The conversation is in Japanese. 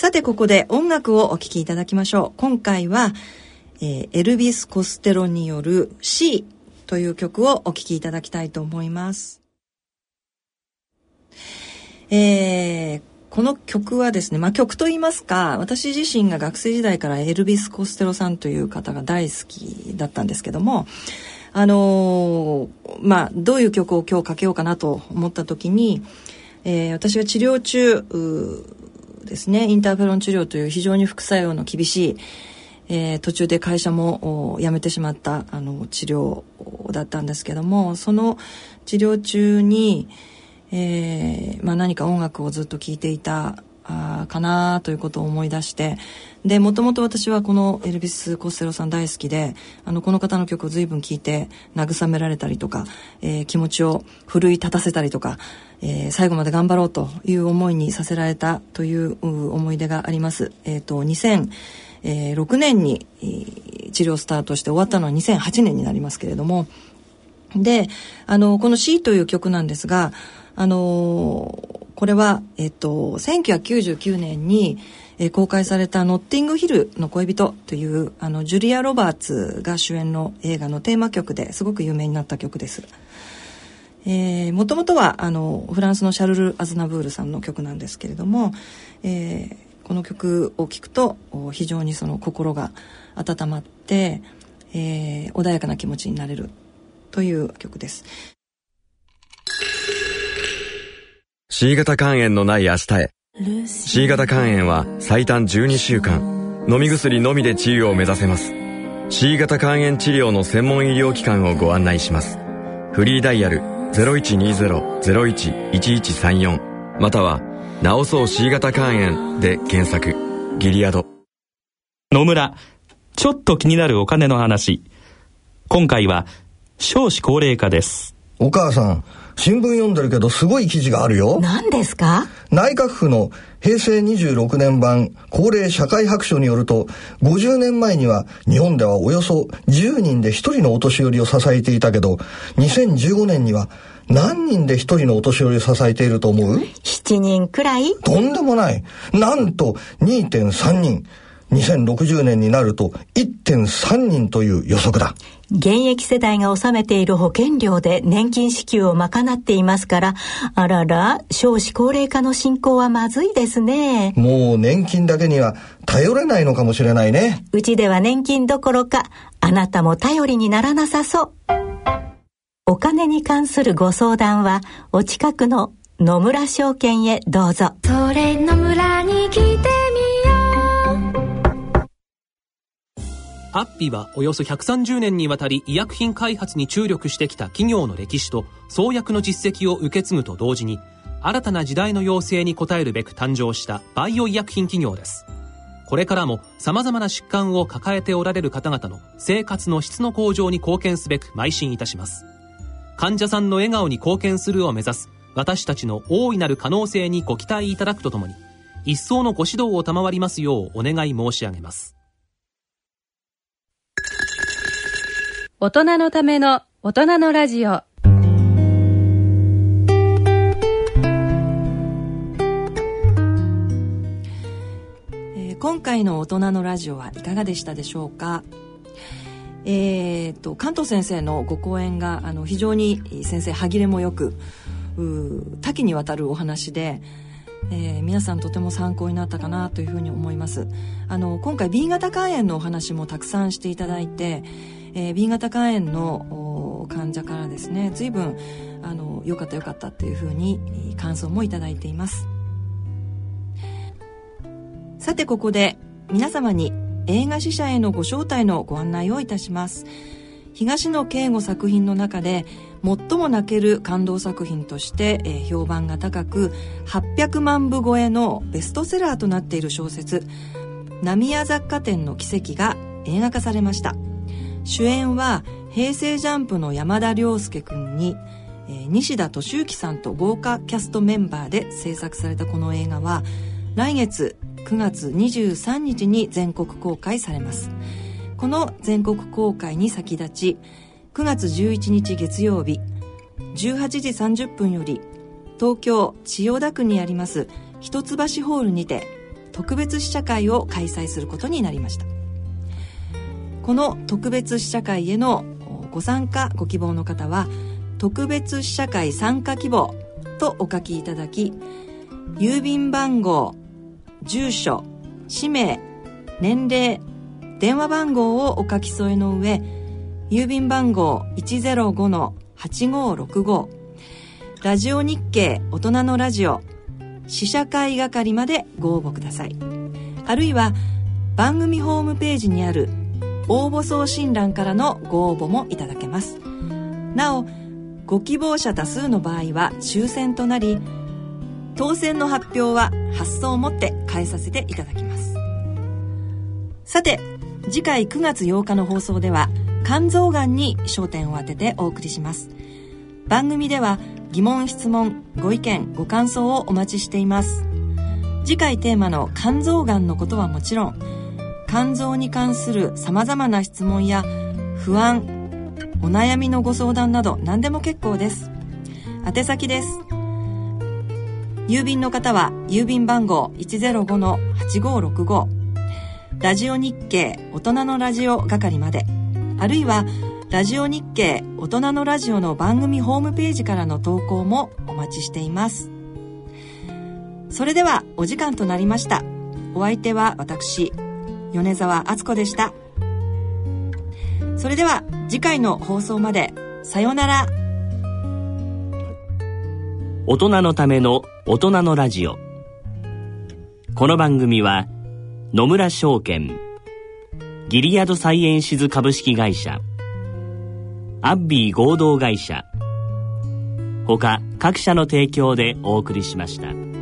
さてここで音楽をお聴きいただきましょう。今回は、エルビス・コステロによる C という曲をお聴きいただきたいと思います。この曲はですね、曲といいますか、私自身が学生時代からエルビス・コステロさんという方が大好きだったんですけども、どういう曲を今日かけようかなと思った時に、私が治療中ですね、インターフェロン治療という非常に副作用の厳しい、途中で会社も辞めてしまった治療だったんですけども、その治療中に、何か音楽をずっと聴いていたかなということを思い出して、でもともと私はこのエルビス・コステロさん大好きで、この方の曲を随分聴いて慰められたりとか、気持ちを奮い立たせたりとか、最後まで頑張ろうという思いにさせられたという思い出があります。2006年に治療スタートして終わったのは2008年になりますけれども、でこの C という曲なんですが、これは、1999年に、公開されたノッティングヒルの恋人というジュリア・ロバーツが主演の映画のテーマ曲ですごく有名になった曲です。もともとはフランスのシャルル・アズナブールさんの曲なんですけれども、この曲を聴くと非常にその心が温まって、穏やかな気持ちになれるという曲です。 C 型肝炎のない明日へ。C 型肝炎は最短12週間、飲み薬のみで治癒を目指せます。C 型肝炎治療の専門医療機関をご案内します。フリーダイヤル 0120-01-1134 または治そう C 型肝炎で検索。ギリアド。 野村、ちょっと気になるお金の話。今回は少子高齢化です。 お母さん、新聞読んでるけどすごい記事があるよ。 何ですか？ 内閣府の平成26年版高齢社会白書によると、50年前には日本ではおよそ10人で1人のお年寄りを支えていたけど、2015年には何人で1人のお年寄りを支えていると思う？ 7 人くらい？ とんでもない。なんと 2.3 人。2060年になると 1.3 人という予測だ。 現役世代が納めている保険料で年金支給を賄っていますから、あらら、少子高齢化の進行はまずいですね。 もう年金だけには頼れないのかもしれないね。 うちでは年金どころか、あなたも頼りにならなさそう。お金に関するご相談はお近くの野村証券へどうぞ。 それ野村に来てみよう。 アッピはおよそ130年にわたり医薬品開発に注力してきた企業の歴史と創薬の実績を受け継ぐと同時に、新たな時代の要請に応えるべく誕生したバイオ医薬品企業です。これからも様々な疾患を抱えておられる方々の生活の質の向上に貢献すべく邁進いたします。患者さんの笑顔に貢献するを目指す私たちの大いなる可能性にご期待いただくとともに、一層のご指導を賜りますようお願い申し上げます。 大人のための大人のラジオ。 今回の大人のラジオはいかがでしたでしょうか。関東先生のご講演が非常に先生歯切れもよく、多岐にわたるお話で、皆さんとても参考になったかなというふうに思います。今回 B 型肝炎のお話もたくさんしていただいて、B 型肝炎の患者からですね、随分よかったっていうふうに感想もいただいています。さてここで皆様に映画試写へのご招待のご案内をいたします。東野圭吾作品の中で最も泣ける感動作品として、評判が高く800万部超えのベストセラーとなっている小説浪屋雑貨店の奇跡が映画化されました。主演は平成ジャンプの山田涼介くんに、西田敏行さんと豪華キャストメンバーで制作されたこの映画は来月9月23日に全国公開されます。この全国公開に先立ち9月11日月曜日18時30分より東京千代田区にあります一橋ホールにて特別試写会を開催することになりました。この特別試写会へのご参加ご希望の方は、特別試写会参加希望とお書きいただき、郵便番号、住所、氏名、年齢、電話番号をお書き添えの上、郵便番号 105-8565 ラジオ日経大人のラジオ試写会係までご応募ください。あるいは番組ホームページにある応募送信欄からのご応募もいただけます。なお、ご希望者多数の場合は抽選となり、当選の発表は発送をもって返させていただきます。さて、次回9月8日の放送では肝臓がんに焦点を当ててお送りします。番組では疑問、質問、ご意見、ご感想をお待ちしています。次回テーマの肝臓がんのことはもちろん、肝臓に関するさまざまな質問や不安、お悩みのご相談など何でも結構です。宛先です。郵便の方は郵便番号 105-8565 ラジオ日経大人のラジオ係まで、あるいはラジオ日経大人のラジオの番組ホームページからの投稿もお待ちしています。それではお時間となりました。お相手は私、米沢敦子でした。それでは次回の放送まで。さようなら。 大人のための大人のラジオ。この番組は野村証券、ギリアドサイエンシズ株式会社、アッビー合同会社、他各社の提供でお送りしました。